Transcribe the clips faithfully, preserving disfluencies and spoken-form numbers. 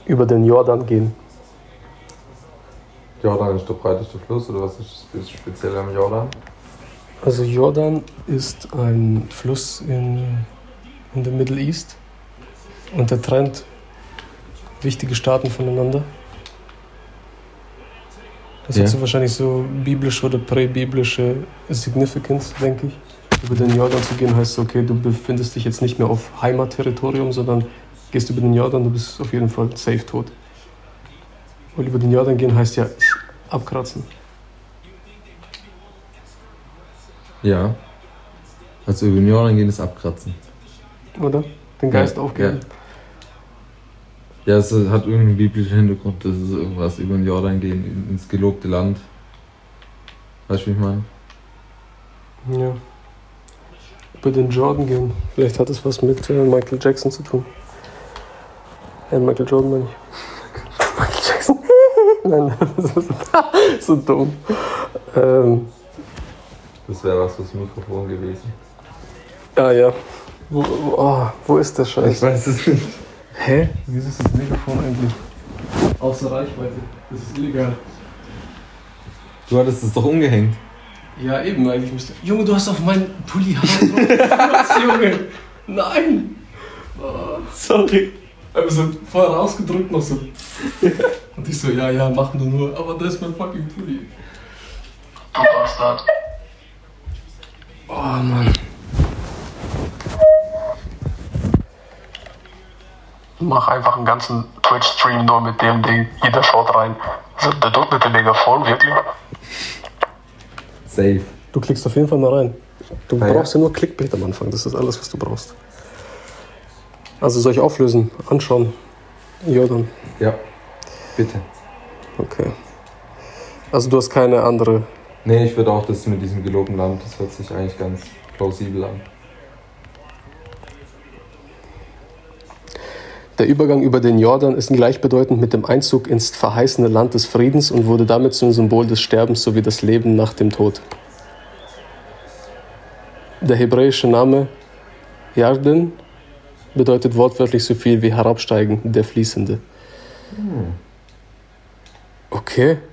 über den Jordan gehen. Jordan ist der breiteste Fluss, oder was ist das speziell am Jordan? Also Jordan ist ein Fluss in, in der Middle East und der trennt wichtige Staaten voneinander. Das Ja. hat so wahrscheinlich so biblische oder präbiblische Significance, denke ich. Über den Jordan zu gehen heißt, okay, du befindest dich jetzt nicht mehr auf Heimatterritorium, sondern gehst über den Jordan, du bist auf jeden Fall safe tot. Weil über den Jordan gehen heißt ja abkratzen. Ja. Also über den Jordan gehen ist abkratzen. Oder? Den Geist Ja, aufgeben. Ja, es hat irgendeinen biblischen Hintergrund, das ist irgendwas über den Jordan gehen, ins gelobte Land. Weißt du, wie ich meine? Ja. Über den Jordan gehen. Vielleicht hat es was mit äh, Michael Jackson zu tun. Äh, Michael Jordan meine ich. Michael Jackson. Nein, das ist so dumm. Ähm, Das wäre was fürs Mikrofon gewesen. ah ja. Wo, wo, oh, wo ist der Scheiß? Ich weiß es nicht. Hä? Wieso ist das Megafon eigentlich außer Reichweite? Das ist illegal. Du hattest es doch umgehängt. Ja, eben, eigentlich müsste. Junge, du hast auf meinen Pulli Haar. Junge! Nein! Oh, sorry. Aber so vorher rausgedrückt noch so. Und ich so, ja, ja, machen du nur. Aber das ist mein fucking Pulli. Du Bastard. Oh Mann. Mach einfach einen ganzen Twitch-Stream nur mit dem Ding. Jeder schaut rein. Also, der Dude mit dem Megafon, wirklich? Safe. Du klickst auf jeden Fall mal rein. Du Ah, brauchst ja. ja nur Clickbait am Anfang. Das ist alles, was du brauchst. Also soll ich auflösen? Anschauen. Jordan. Ja. Bitte. Okay. Also du hast keine andere. Nee, ich würde auch das mit diesem gelobten Land, das hört sich eigentlich ganz plausibel an. Der Übergang über den Jordan ist gleichbedeutend mit dem Einzug ins verheißene Land des Friedens und wurde damit zum Symbol des Sterbens sowie des Lebens nach dem Tod. Der hebräische Name Yarden bedeutet wortwörtlich so viel wie herabsteigen, der Fließende. Hm. Okay.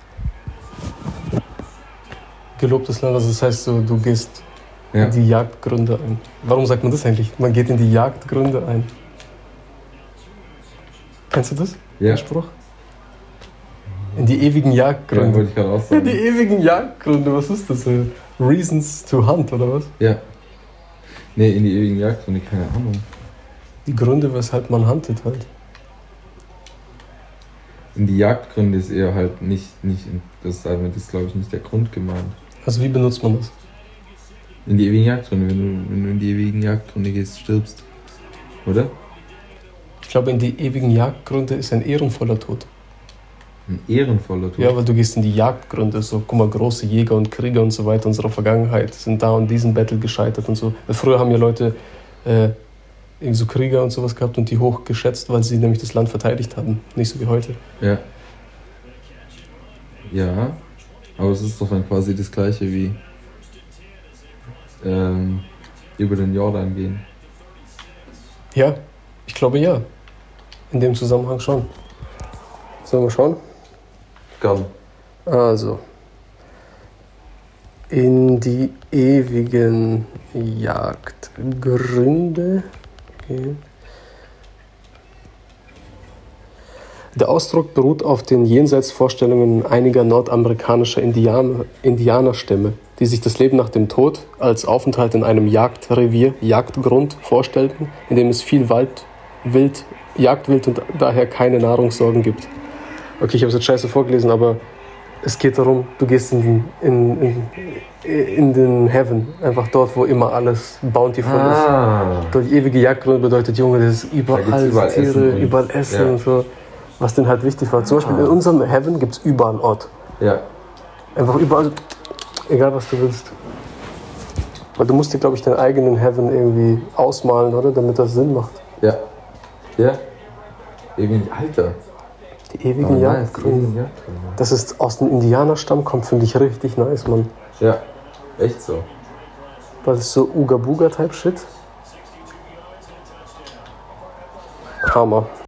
Gelobtes Land, also das heißt, so, du gehst Ja. in die Jagdgründe ein. Warum sagt man das eigentlich? Man geht in die Jagdgründe ein. Kennst du das? Ja. Der Spruch? In die ewigen Ja, Jagdgründe. wollte ich gerade auch Ja, sagen. die ewigen Jagdgründe, was ist das? Äh, Reasons to hunt, oder was? Ja. Nee, in die ewigen Jagdgründe, keine Ahnung. Die Gründe, weshalb man huntet halt. In die Jagdgründe ist eher halt nicht, nicht in, das, damit ist glaube ich nicht der Grund gemeint. Also wie benutzt man das? In die ewigen Jagdgründe, wenn du, wenn du in die ewigen Jagdgründe gehst, stirbst. Oder? Ich glaube, in die ewigen Jagdgründe ist ein ehrenvoller Tod. Ein ehrenvoller Tod. Ja, weil du gehst in die Jagdgründe, so, guck mal, große Jäger und Krieger und so weiter unserer Vergangenheit sind da und diesen Battle gescheitert und so. Weil früher haben ja Leute äh, irgendwie so Krieger und sowas gehabt und die hoch geschätzt, weil sie nämlich das Land verteidigt haben. Nicht so wie heute. Ja. Ja, aber es ist doch dann quasi das gleiche wie ähm, über den Jordan gehen. Ja, ich glaube ja. In dem Zusammenhang schon. Sollen wir schauen? Gern. Also, in die ewigen Jagdgründe gehen. Der Ausdruck beruht auf den Jenseitsvorstellungen einiger nordamerikanischer Indianer, Indianerstämme, die sich das Leben nach dem Tod als Aufenthalt in einem Jagdrevier, Jagdgrund vorstellten, in dem es viel Wald, Wild, Jagdwild und daher keine Nahrungssorgen gibt. Okay, ich habe es jetzt scheiße vorgelesen, aber es geht darum, du gehst in den, in, in, in den Heaven, einfach dort, wo immer alles bountiful Ah. ist. Dort ewige Jagdgrund bedeutet, Junge, das ist überall, Da gibt's überall Tiere, Essen und- überall Essen ja. und so. Was denen halt wichtig war. Zum Beispiel Ah. in unserem Heaven gibt es überall Ort. Ja. Einfach überall, egal was du willst. Weil du musst dir, glaube ich, deinen eigenen Heaven irgendwie ausmalen, oder? Damit das Sinn macht. Ja. Ja. Eben, Alter. Die ewigen Oh, nice, die Jagdgründe. ewigen Jagdgründe. Das ist aus dem Indianerstamm kommt, finde ich richtig nice, Mann. Ja. Echt so. Weil das ist so Uga-Buga-Type-Shit. Hammer.